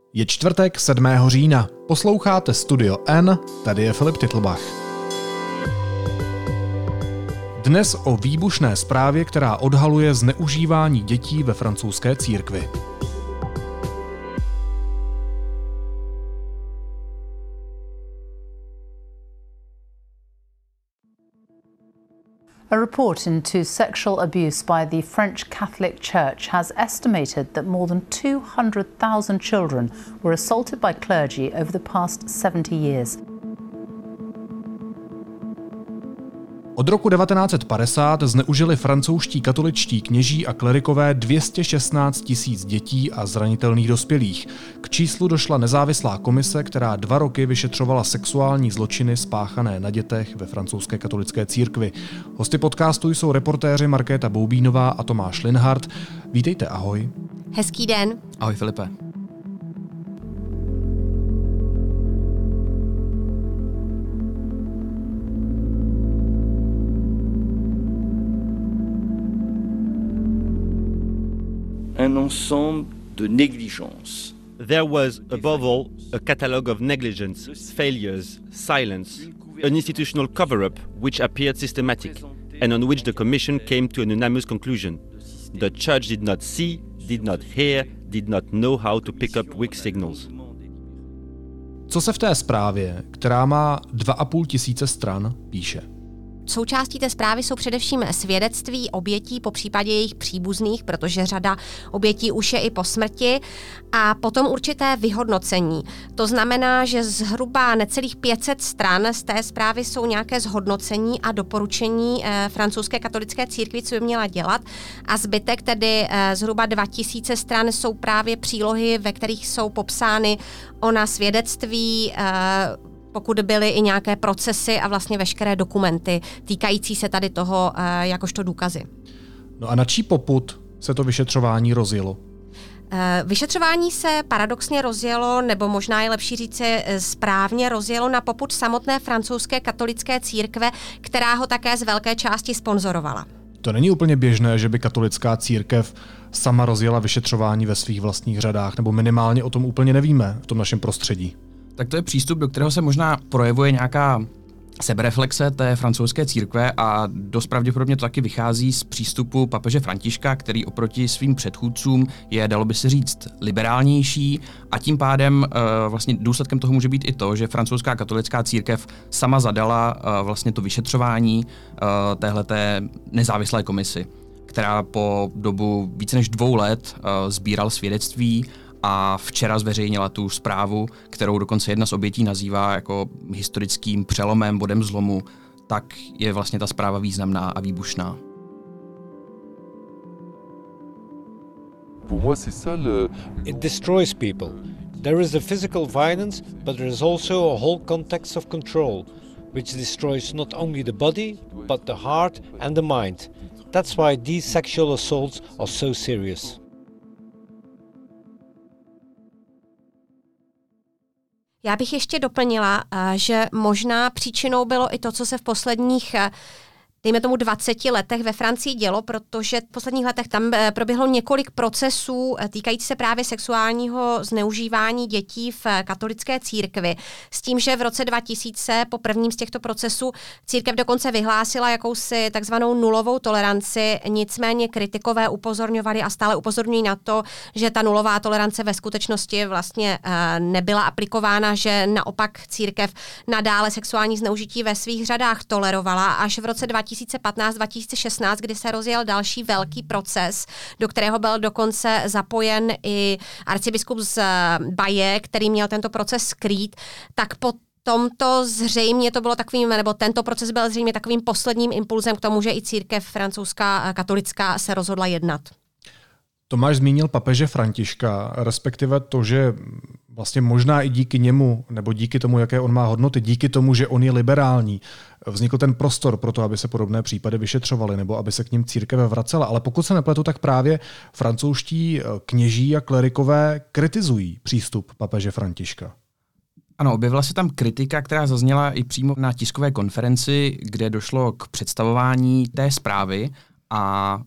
Je čtvrtek 7. října. Posloucháte Studio N, tady je Filip Titlbach. Dnes o výbušné zprávě, která odhaluje zneužívání dětí ve francouzské církvi. A report into sexual abuse by the French Catholic Church has estimated that more than 200,000 children were assaulted by clergy over the past 70 years. Od roku 1950 zneužili francouzští katoličtí kněží a klerikové 216 000 dětí a zranitelných dospělých. K číslu došla nezávislá komise, která 2 roky vyšetřovala sexuální zločiny spáchané na dětech ve francouzské katolické církvi. Hosty podcastu jsou reportéři Markéta Boubínová a Tomáš Linhart. Vítejte, ahoj. Hezký den. Ahoj, Filipe. Un ensemble de négligence. There was, above all, a catalogue of negligence, failures, silence, an institutional cover-up which appeared systematic, and on which the Commission came to an unanimous conclusion. The Church did not see, did not hear, did not know how to pick up weak signals. Co se v té zprávě, která má 2,5 stran, píše? Součástí té zprávy jsou především svědectví obětí, popřípadě jejich příbuzných, protože řada obětí už je i po smrti, a potom určité vyhodnocení. To znamená, že zhruba necelých 500 stran z té zprávy jsou nějaké zhodnocení a doporučení francouzské katolické církvi, co by měla dělat, a zbytek, tedy zhruba 2000 stran, jsou právě přílohy, ve kterých jsou popsány ona svědectví, pokud byly i nějaké procesy a vlastně veškeré dokumenty týkající se tady toho jakožto důkazy. No a na čí popud se to vyšetřování rozjelo? Vyšetřování se paradoxně rozjelo, nebo možná je lepší říct správně rozjelo na popud samotné francouzské katolické církve, která ho také z velké části sponzorovala. To není úplně běžné, že by katolická církev sama rozjela vyšetřování ve svých vlastních řadách, nebo minimálně o tom úplně nevíme v tom našem prostředí. Tak to je přístup, do kterého se možná projevuje nějaká sebereflexe té francouzské církve, a dost pravděpodobně to taky vychází z přístupu papeže Františka, který oproti svým předchůdcům je, dalo by se říct, liberálnější, a tím pádem vlastně důsledkem toho může být i to, že francouzská katolická církev sama zadala vlastně to vyšetřování téhleté nezávislé komisi, která po dobu více než 2 let sbíral svědectví a včera zveřejnila tu zprávu, kterou dokonce jedna z obětí nazývá jako historickým přelomem, bodem zlomu. Tak je vlastně ta zpráva významná a výbušná. It destroys people. There is the physical violence, but there is also a whole context of control, which destroys not only the body, but the heart and the mind. That's why these sexual assaults are so serious. Já bych ještě doplnila, že možná příčinou bylo i to, co se v posledních, dejme tomu 20 letech ve Francii dělo, protože v posledních letech tam proběhlo několik procesů týkající se právě sexuálního zneužívání dětí v katolické církvi. S tím, že v roce 2000 po prvním z těchto procesů církev dokonce vyhlásila jakousi takzvanou nulovou toleranci, nicméně kritikové upozorňovali a stále upozorňují na to, že ta nulová tolerance ve skutečnosti vlastně nebyla aplikována, že naopak církev nadále sexuální zneužití ve svých řadách tolerovala, až v roce 2015-2016, kdy se rozjel další velký proces, do kterého byl dokonce zapojen i arcibiskup z Baye, který měl tento proces skrýt, tak po tomto zřejmě to bylo takovým, nebo tento proces byl zřejmě takovým posledním impulzem k tomu, že i církev francouzská katolická se rozhodla jednat. Tomáš zmínil papeže Františka, respektive to, že vlastně možná i díky němu, nebo díky tomu, jaké on má hodnoty, díky tomu, že on je liberální, vznikl ten prostor pro to, aby se podobné případy vyšetřovaly, nebo aby se k nim církev vracela. Ale pokud se nepletu, tak právě francouzští kněží a klerikové kritizují přístup papeže Františka. Ano, objevila se tam kritika, která zazněla i přímo na tiskové konferenci, kde došlo k představování té zprávy, a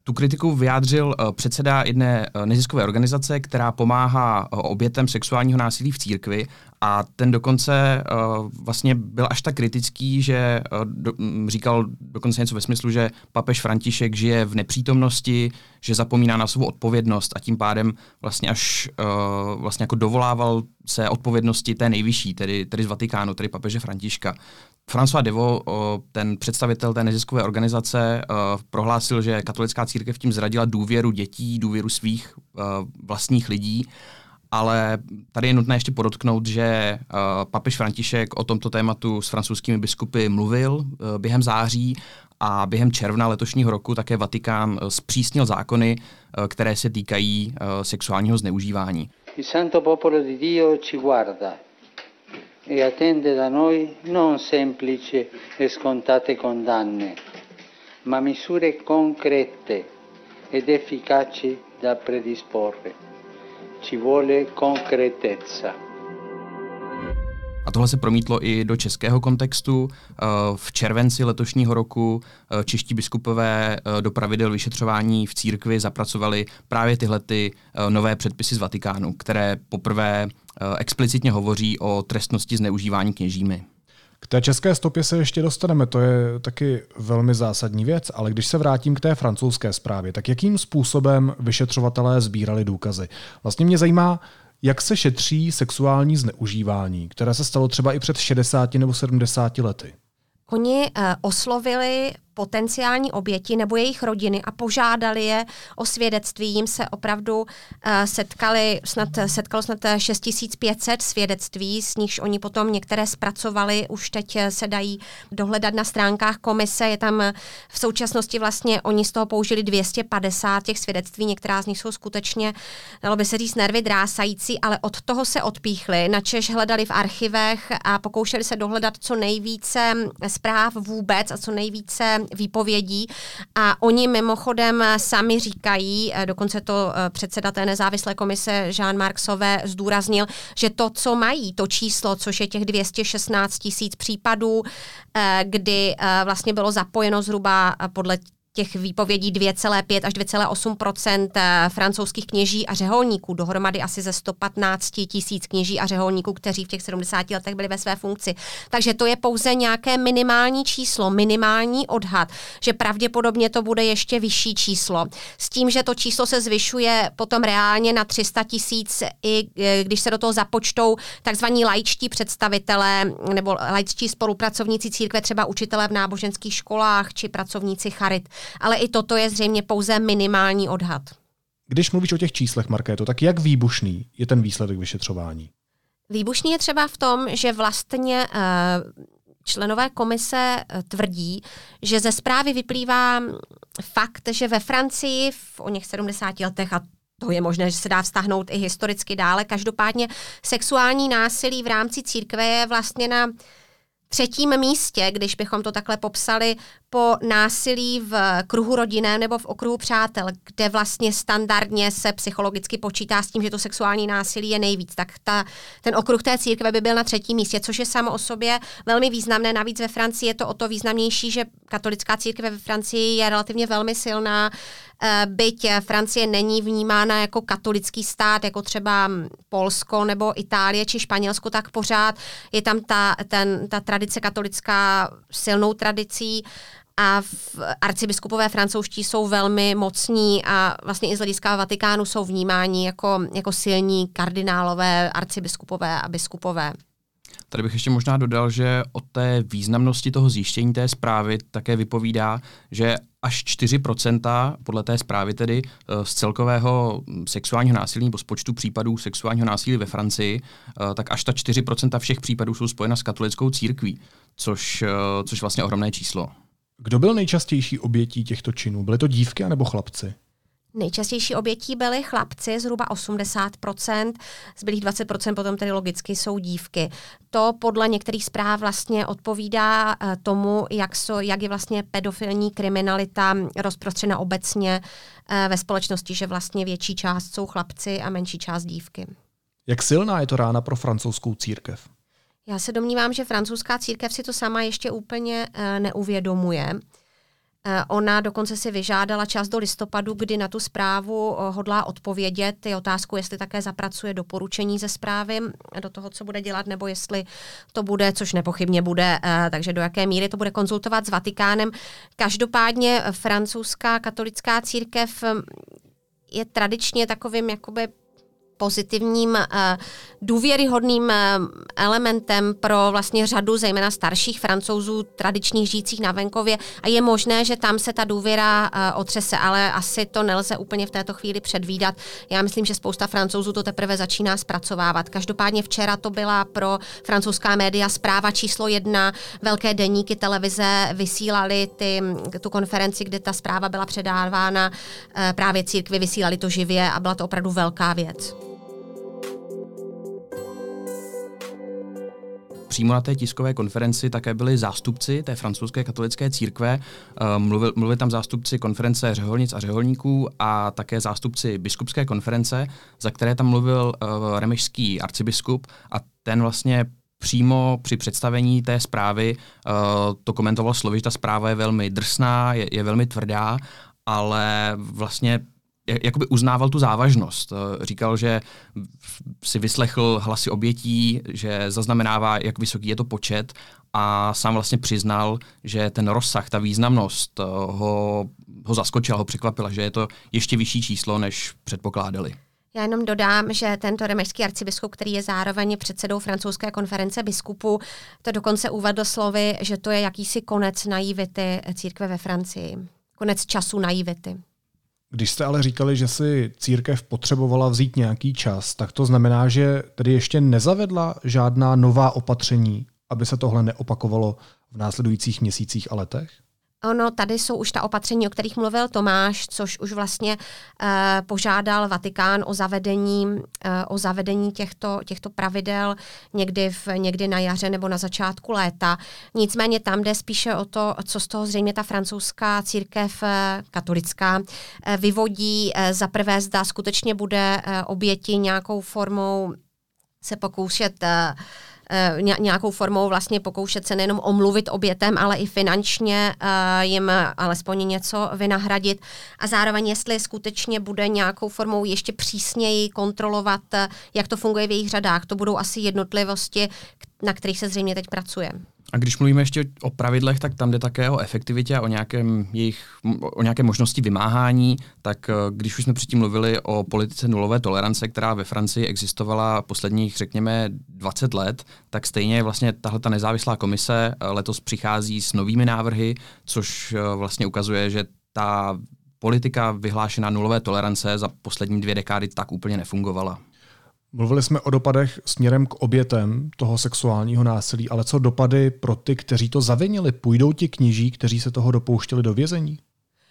Tu kritiku vyjádřil předseda jedné neziskové organizace, která pomáhá obětem sexuálního násilí v církvi, a ten dokonce vlastně byl až tak kritický, že říkal dokonce něco ve smyslu, že papež František žije v nepřítomnosti, že zapomíná na svou odpovědnost a tím pádem vlastně až vlastně jako dovolával se odpovědnosti té nejvyšší, tedy z Vatikánu, tedy papeže Františka. François Devaux, ten představitel té neziskové organizace, prohlásil, že katolická církev tím zradila důvěru dětí, důvěru svých vlastních lidí, ale tady je nutné ještě podotknout, že papež František o tomto tématu s francouzskými biskupy mluvil během září a během června letošního roku také Vatikán zpřísnil zákony, které se týkají sexuálního zneužívání. Il santo popolo di Dio ci guarda e attende da noi non semplici e scontate condanne, ma misure concrete ed efficaci da predisporre. Ci vuole concretezza. A tohle se promítlo i do českého kontextu. V červenci letošního roku čeští biskupové do pravidel vyšetřování v církvi zapracovali právě tyhle nové předpisy z Vatikánu, které poprvé explicitně hovoří o trestnosti zneužívání kněžími. K té české stopě se ještě dostaneme, to je taky velmi zásadní věc, ale když se vrátím k té francouzské zprávě, tak jakým způsobem vyšetřovatelé sbírali důkazy? Vlastně mě zajímá, jak se šetří sexuální zneužívání, které se stalo třeba i před 60 nebo 70 lety. Oni oslovili potenciální oběti nebo jejich rodiny a požádali je o svědectví. Jim se opravdu setkalo snad 6500 svědectví, z nichž oni potom některé zpracovali, už teď se dají dohledat na stránkách komise. Je tam v současnosti vlastně, oni z toho použili 250 těch svědectví, některá z nich jsou skutečně, dalo by se říct, nervy drásající, ale od toho se odpíchli, načež hledali v archivech a pokoušeli se dohledat co nejvíce zpráv vůbec a co nejvíce výpovědí. A oni mimochodem sami říkají, dokonce to předseda té nezávislé komise Jean-Marc Sauvé zdůraznil, že to, co mají, to číslo, což je těch 216 000 případů, kdy vlastně bylo zapojeno zhruba podle těch výpovědí 2,5 až 2,8% francouzských kněží a řeholníků, dohromady asi ze 115 000 kněží a řeholníků, kteří v těch 70 letech byli ve své funkci. Takže to je pouze nějaké minimální číslo, minimální odhad, že pravděpodobně to bude ještě vyšší číslo. S tím, že to číslo se zvyšuje potom reálně na 300 000, i když se do toho započtou takzvaní laičtí představitelé nebo laičtí spolupracovníci církve, třeba učitelé v náboženských školách či pracovníci charit. Ale i toto je zřejmě pouze minimální odhad. Když mluvíš o těch číslech, Markéto, tak jak výbušný je ten výsledek vyšetřování? Výbušný je třeba v tom, že vlastně členové komise tvrdí, že ze zprávy vyplývá fakt, že ve Francii v oněch 70 letech, a to je možné, že se dá vztahnout i historicky dále, každopádně sexuální násilí v rámci církve je vlastně na 3. místě, když bychom to takhle popsali, po násilí v kruhu rodinném nebo v okruhu přátel, kde vlastně standardně se psychologicky počítá s tím, že to sexuální násilí je nejvíc. Tak ten okruh té církve by byl na 3. místě, což je samo o sobě velmi významné. Navíc ve Francii je to o to významnější, že katolická církev ve Francii je relativně velmi silná. Byť Francie není vnímána jako katolický stát, jako třeba Polsko nebo Itálie či Španělsko, tak pořád je tam ta tradice katolická silnou tradicí a arcibiskupové francouzští jsou velmi mocní a vlastně i z hlediska Vatikánu jsou vnímáni jako silní kardinálové, arcibiskupové a biskupové. Tady bych ještě možná dodal, že o té významnosti toho zjištění té zprávy také vypovídá, že až 4% podle té zprávy tedy z celkového sexuálního násilí nebo z počtu případů sexuálního násilí ve Francii, tak až ta 4% všech případů jsou spojena s katolickou církví, což vlastně ohromné číslo. Kdo byl nejčastější obětí těchto činů? Byly to dívky anebo chlapci? Nejčastější obětí byly chlapci, zhruba 80%, zbylých 20% potom tedy logicky jsou dívky. To podle některých zpráv vlastně odpovídá tomu, jak je vlastně pedofilní kriminalita rozprostřena obecně ve společnosti, že vlastně větší část jsou chlapci a menší část dívky. Jak silná je to rána pro francouzskou církev? Já se domnívám, že francouzská církev si to sama ještě úplně neuvědomuje. Ona dokonce si vyžádala čas do listopadu, kdy na tu zprávu hodlá odpovědět. Je otázku, jestli také zapracuje doporučení ze zprávy do toho, co bude dělat, nebo jestli to bude, což nepochybně bude, takže do jaké míry to bude konzultovat s Vatikánem. Každopádně francouzská katolická církev je tradičně takovým jakoby pozitivním, důvěryhodným elementem pro vlastně řadu zejména starších Francouzů, tradičních žijících na venkově a je možné, že tam se ta důvěra otřese, ale asi to nelze úplně v této chvíli předvídat. Já myslím, že spousta Francouzů to teprve začíná zpracovávat. Každopádně včera to byla pro francouzská média zpráva číslo 1, velké deníky televize vysílali tu konferenci, kde ta zpráva byla předávána právě církvi, vysílali to živě a byla to opravdu velká věc. Přímo na té tiskové konferenci také byli zástupci té francouzské katolické církve. Mluvili tam zástupci konference řeholnic a řeholníků a také zástupci biskupské konference, za které tam mluvil remešský arcibiskup a ten vlastně přímo při představení té zprávy to komentoval slovy, že ta zpráva je velmi drsná, je velmi tvrdá, ale vlastně jakoby uznával tu závažnost. Říkal, že si vyslechl hlasy obětí, že zaznamenává, jak vysoký je to počet a sám vlastně přiznal, že ten rozsah, ta významnost ho zaskočila, ho překvapila, že je to ještě vyšší číslo, než předpokládali. Já jenom dodám, že tento remešský arcibiskup, který je zároveň předsedou francouzské konference biskupů, to dokonce uvedl slovy, že to je jakýsi konec naivity církve ve Francii. Konec času naivity. Když jste ale říkali, že si církev potřebovala vzít nějaký čas, tak to znamená, že tedy ještě nezavedla žádná nová opatření, aby se tohle neopakovalo v následujících měsících a letech? Ono, tady jsou už ta opatření, o kterých mluvil Tomáš, což už vlastně požádal Vatikán o zavedení těchto pravidel někdy na jaře nebo na začátku léta. Nicméně tam jde spíše o to, co z toho zřejmě ta francouzská církev katolická vyvodí. Za prvé, zda skutečně bude oběti nějakou formou se pokoušet nějakou formou vlastně pokoušet se nejenom omluvit obětem, ale i finančně jim alespoň něco vynahradit a zároveň jestli skutečně bude nějakou formou ještě přísněji kontrolovat, jak to funguje v jejich řadách. To budou asi jednotlivosti, na kterých se zřejmě teď pracuje. A když mluvíme ještě o pravidlech, tak tam jde také o efektivitě a o nějaké možnosti vymáhání. Tak když už jsme předtím mluvili o politice nulové tolerance, která ve Francii existovala posledních, řekněme, 20 let, tak stejně vlastně tahleta nezávislá komise letos přichází s novými návrhy, což vlastně ukazuje, že ta politika vyhlášená nulové tolerance za poslední 2 dekády tak úplně nefungovala. Mluvili jsme o dopadech směrem k obětem toho sexuálního násilí, ale co dopady pro ty, kteří to zavinili? Půjdou ti kněží, kteří se toho dopouštěli, do vězení?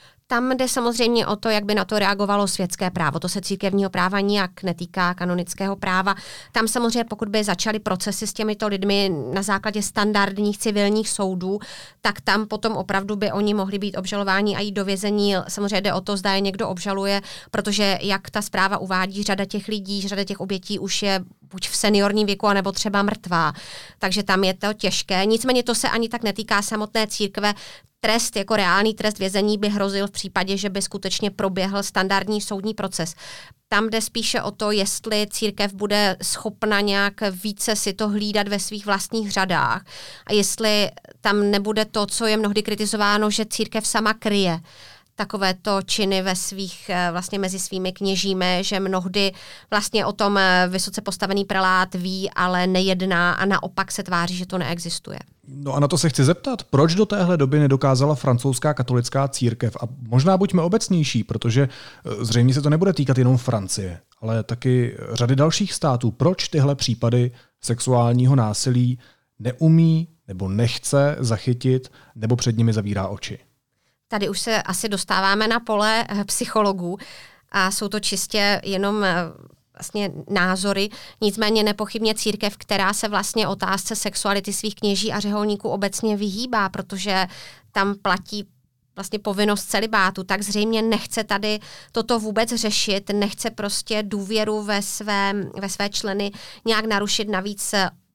Tam jde samozřejmě o to, jak by na to reagovalo světské právo. To se církevního práva nijak netýká kanonického práva. Tam samozřejmě, pokud by začaly procesy s těmito lidmi na základě standardních civilních soudů, tak tam potom opravdu by oni mohli být obžalováni a jít do vězení. Samozřejmě jde o to, zda je někdo obžaluje, protože jak ta zpráva uvádí, řada těch lidí, řada těch obětí už je buď v seniorním věku, anebo třeba mrtvá. Takže tam je to těžké. Nicméně to se ani tak netýká samotné církve. Trest jako reálný trest vězení by hrozil v případě, že by skutečně proběhl standardní soudní proces. Tam jde spíše o to, jestli církev bude schopna nějak více si to hlídat ve svých vlastních řadách a jestli tam nebude to, co je mnohdy kritizováno, že církev sama kryje takovéto činy ve svých, vlastně mezi svými kněžími, že mnohdy vlastně o tom vysoce postavený prelát ví, ale nejedná a naopak se tváří, že to neexistuje. No a na to se chci zeptat, proč do téhle doby nedokázala francouzská katolická církev? A možná buďme obecnější, protože zřejmě se to nebude týkat jenom Francie, ale taky řady dalších států. Proč tyhle případy sexuálního násilí neumí nebo nechce zachytit nebo před nimi zavírá oči? Tady už se asi dostáváme na pole psychologů a jsou to čistě jenom vlastně názory. Nicméně nepochybně církev, která se vlastně otázce sexuality svých kněží a řeholníků obecně vyhýbá, protože tam platí vlastně povinnost celibátu, tak zřejmě nechce tady toto vůbec řešit, nechce prostě důvěru ve své členy nějak narušit. Navíc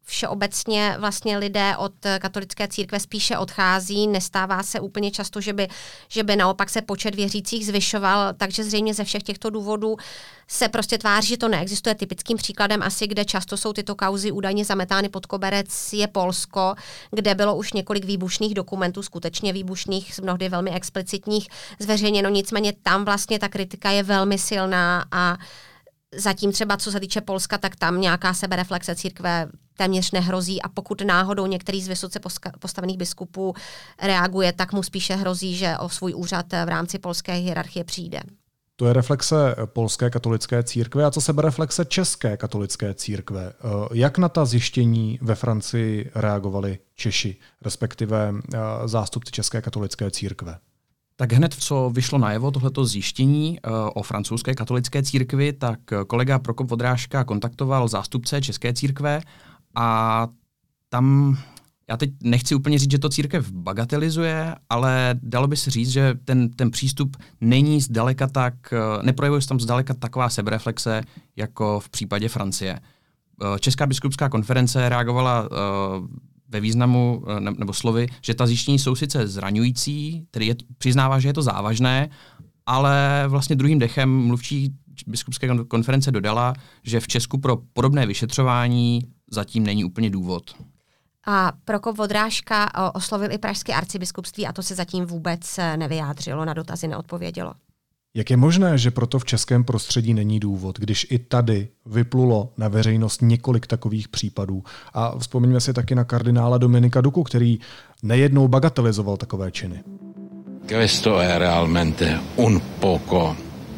všeobecně vlastně lidé od katolické církve spíše odchází. Nestává se úplně často, že by naopak se počet věřících zvyšoval, takže zřejmě ze všech těchto důvodů se prostě tváří, že to neexistuje. Typickým příkladem asi, kde často jsou tyto kauzy údajně zametány pod koberec, je Polsko, kde bylo už několik výbušných dokumentů, skutečně výbušných, mnohdy velmi explicitních, zveřejněno. Nicméně tam vlastně ta kritika je velmi silná a zatím třeba, co se týče Polska, tak tam nějaká sebereflexe církve téměř nehrozí a pokud náhodou některý z vysoce postavených biskupů reaguje, tak mu spíše hrozí, že o svůj úřad v rámci polské hierarchie přijde. To je reflexe polské katolické církve. A co sebereflexe české katolické církve? Jak na ta zjištění ve Francii reagovali Češi, respektive zástupci české katolické církve? Tak hned, co vyšlo najevo tohleto zjištění o francouzské katolické církvi, tak kolega Prokop Vodrážka kontaktoval zástupce české církve a tam, já teď nechci úplně říct, že to církev bagatelizuje, ale dalo by se říct, že ten přístup není zdaleka tak, neprojevuje se tam zdaleka taková sebereflexe, jako v případě Francie. Česká biskupská konference reagovala ve významu nebo slovy, že ta zjištění jsou sice zraňující, tedy přiznává, že je to závažné, ale vlastně druhým dechem mluvčí biskupské konference dodala, že v Česku pro podobné vyšetřování zatím není úplně důvod. A Prokop Vodrážka oslovil i pražské arcibiskupství a to se zatím vůbec nevyjádřilo, na dotazy neodpovědělo. Jak je možné, že proto v českém prostředí není důvod, když i tady vyplulo na veřejnost několik takových případů? A vzpomeňme si taky na kardinála Dominika Duku, který nejednou bagatelizoval takové činy. Questo è realmente un poco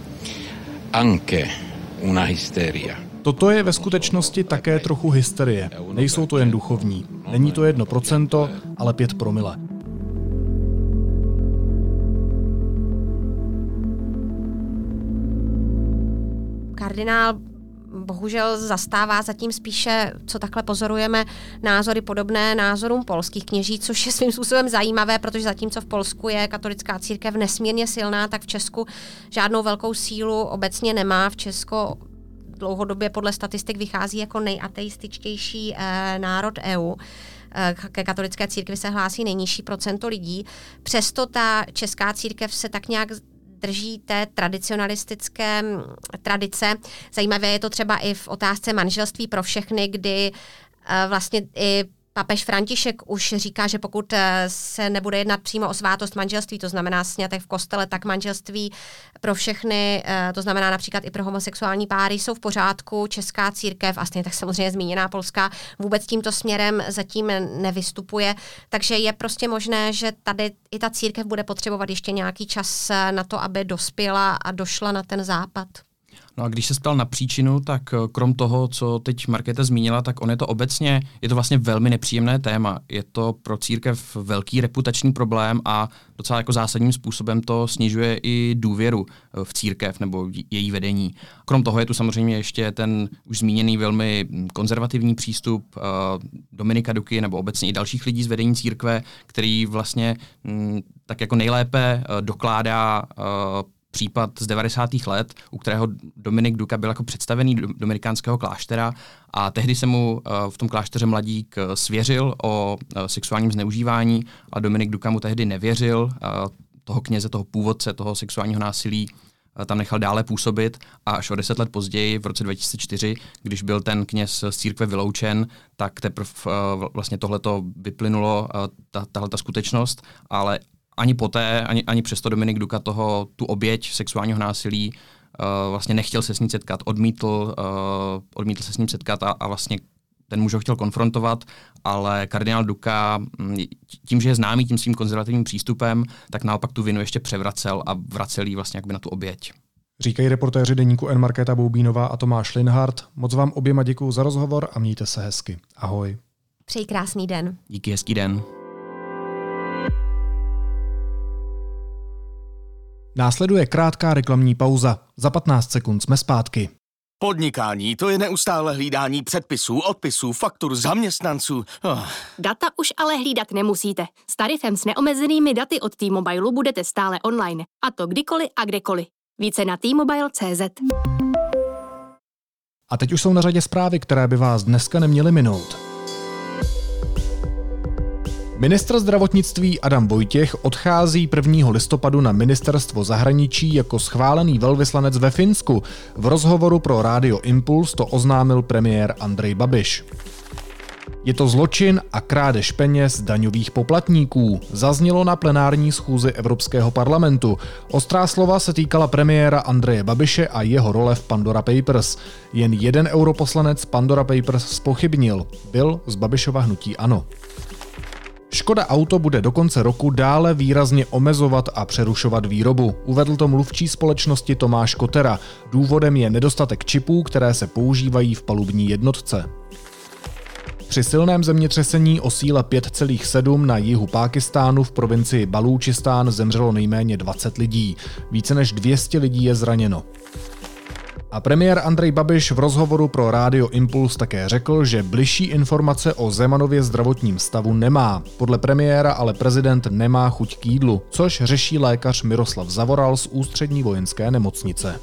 anche una hysteria. Toto je ve skutečnosti také trochu hysterie. Nejsou to jen duchovní. Není to 1%, ale 5 promile. Kardinál bohužel zastává zatím spíše, co takhle pozorujeme, názory podobné názorům polských kněží, což je svým způsobem zajímavé, protože zatímco v Polsku je katolická církev nesmírně silná, tak v Česku žádnou velkou sílu obecně nemá. V Česku dlouhodobě podle statistik vychází jako nejateističtější národ EU. Ke katolické církvi se hlásí nejnižší procento lidí. Přesto ta česká církev se tak nějak drží té tradicionalistické tradice. Zajímavé je to třeba i v otázce manželství pro všechny, kdy vlastně i papež František už říká, že pokud se nebude jednat přímo o svátost manželství, to znamená sňatek v kostele, tak manželství pro všechny, to znamená například i pro homosexuální páry, jsou v pořádku. Česká církev, a stejně tak samozřejmě zmíněná polská, vůbec tímto směrem zatím nevystupuje. Takže je prostě možné, že tady i ta církev bude potřebovat ještě nějaký čas na to, aby dospěla a došla na ten západ. No a když se ptal na příčinu, tak krom toho, co teď Markéta zmínila, tak on je to vlastně velmi nepříjemné téma. Je to pro církev velký reputační problém a docela jako zásadním způsobem to snižuje i důvěru v církev nebo její vedení. Krom toho je tu samozřejmě ještě ten už zmíněný velmi konzervativní přístup Dominika Duky nebo obecně i dalších lidí z vedení církve, který vlastně tak jako nejlépe dokládá případ z 90. let, u kterého Dominik Duka byl jako představený dominikánského kláštera a tehdy se mu v tom klášteře mladík svěřil o sexuálním zneužívání a Dominik Duka mu tehdy nevěřil, toho kněze, toho původce, toho sexuálního násilí tam nechal dále působit a až o 10 let později, v roce 2004, když byl ten kněz z církve vyloučen, tak teprve vlastně tohleto vyplynulo, tahleta skutečnost, ale ani poté, ani přesto Dominik Duka tu oběť sexuálního násilí vlastně nechtěl se s ním setkat, odmítl se s ním setkat a vlastně ten muž ho chtěl konfrontovat, ale kardinál Duka tím, že je známý tím svým konzervativním přístupem, tak naopak tu vinu ještě převracel a vracel jí vlastně jakby na tu oběť. Říkají reportéři deníku N Markéta Boubínová a Tomáš Linhart. Moc vám oběma děkuju za rozhovor a mějte se hezky. Ahoj. Přeji krásný den. Díky, hezký den. Následuje krátká reklamní pauza. Za 15 sekund jsme zpátky. Podnikání, to je neustále hlídání předpisů, odpisů, faktur, zaměstnanců. Data už ale hlídat nemusíte. S tarifem s neomezenými daty od T-Mobile budete stále online. A to kdykoliv a kdekoliv. Více na T-Mobile.cz. A teď už jsou na řadě zprávy, které by vás dneska neměly minout. Ministr zdravotnictví Adam Vojtěch odchází 1. listopadu na ministerstvo zahraničí jako schválený velvyslanec ve Finsku. V rozhovoru pro Rádio Impuls to oznámil premiér Andrej Babiš. Je to zločin a krádež peněz daňových poplatníků, zaznělo na plenární schůzi Evropského parlamentu. Ostrá slova se týkala premiéra Andreje Babiše a jeho role v Pandora Papers. Jen jeden europoslanec Pandora Papers zpochybnil. Byl z Babišova hnutí ANO. Škoda Auto bude do konce roku dále výrazně omezovat a přerušovat výrobu, uvedl to mluvčí společnosti Tomáš Kotera. Důvodem je nedostatek čipů, které se používají v palubní jednotce. Při silném zemětřesení o síle 5,7 na jihu Pákistánu v provincii Balúčistán zemřelo nejméně 20 lidí. Více než 200 lidí je zraněno. A premiér Andrej Babiš v rozhovoru pro Rádio Impuls také řekl, že bližší informace o Zemanově zdravotním stavu nemá. Podle premiéra ale prezident nemá chuť k jídlu, což řeší lékař Miroslav Zavoral z Ústřední vojenské nemocnice.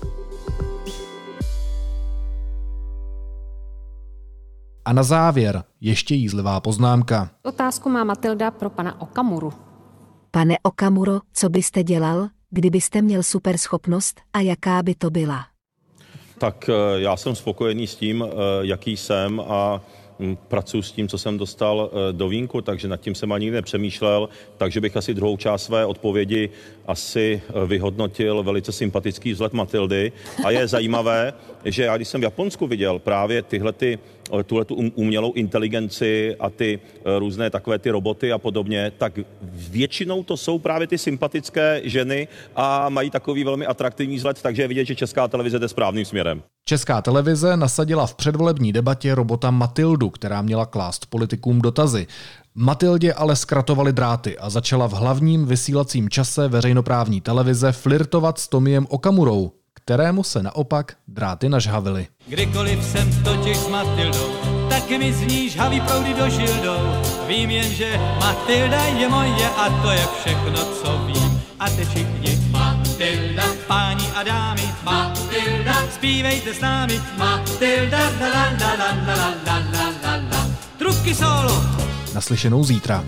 A na závěr ještě jízlivá poznámka. Otázku má Matilda pro pana Okamuru. Pane Okamuro, co byste dělal, kdybyste měl superschopnost a jaká by to byla? Tak já jsem spokojený s tím, jaký jsem a pracuji s tím, co jsem dostal do vínku, takže nad tím jsem ani nikdy nepřemýšlel, takže bych asi druhou část své odpovědi asi vyhodnotil velice sympatický vzhled Matildy. A je zajímavé, že já když jsem v Japonsku viděl právě tuhletu umělou inteligenci a ty různé takové ty roboty a podobně, tak většinou to jsou právě ty sympatické ženy a mají takový velmi atraktivní vzhled, takže je vidět, že Česká televize jde správným směrem. Česká televize nasadila v předvolební debatě robota Matildu, která měla klást politikům dotazy. Matildě ale zkratovali dráty a začala v hlavním vysílacím čase veřejnoprávní televize flirtovat s Tomiem Okamurou, kterému se naopak dráty nažhavily. Kdykoliv jsem totiž s Matildou, tak mi zní žhavý proudy do žildou. Vím jen, že Matilda je moje a to je všechno, co vím. A teď všichni Matilda, páni a dámy, Matilda, zpívejte s námi, Matilda, la la la la la la la la la. Trubky solo. Naslyšenou zítra.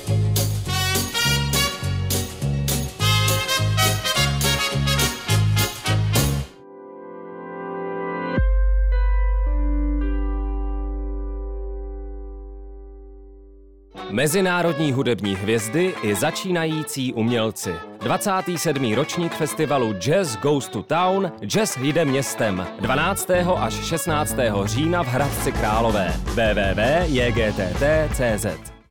Mezinárodní hudební hvězdy i začínající umělci. 27. ročník festivalu Jazz Goes to Town, Jazz jde městem. 12. až 16. října v Hradci Králové. www.jgt.cz